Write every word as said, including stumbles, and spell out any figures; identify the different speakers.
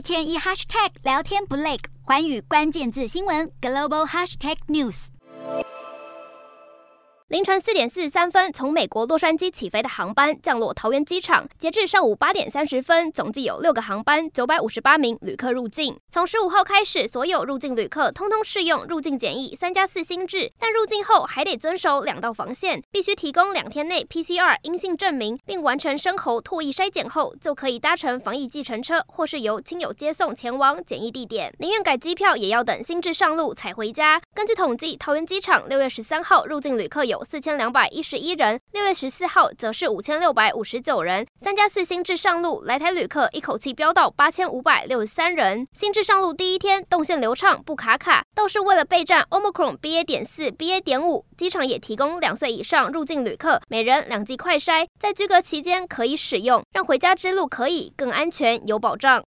Speaker 1: 天一 hashtag 聊天不累，寰宇关键字新闻 global hashtag news。
Speaker 2: 凌晨四点四十三分，从美国洛杉矶起飞的航班降落桃园机场。截至上午八点三十分，总计有六个航班，九百五十八名旅客入境。从十五号开始，所有入境旅客通通适用入境检疫三加四新制，但入境后还得遵守两道防线，必须提供两天内 P C R 阴性证明，并完成生喉唾液筛检后，就可以搭乘防疫计程车，或是由亲友接送前往检疫地点。宁愿改机票，也要等新制上路才回家。根据统计，桃园机场六月十三号入境旅客有四千两百一十一人，六月十四号则是五千六百五十九人。三加四新制上路，来台旅客一口气飙到八千五百六十三人。新制上路第一天，动线流畅不卡卡，倒是为了备战 Omicron B A 点四、B A 点五，机场也提供两岁以上入境旅客每人两剂快筛，在居隔期间可以使用，让回家之路可以更安全有保障。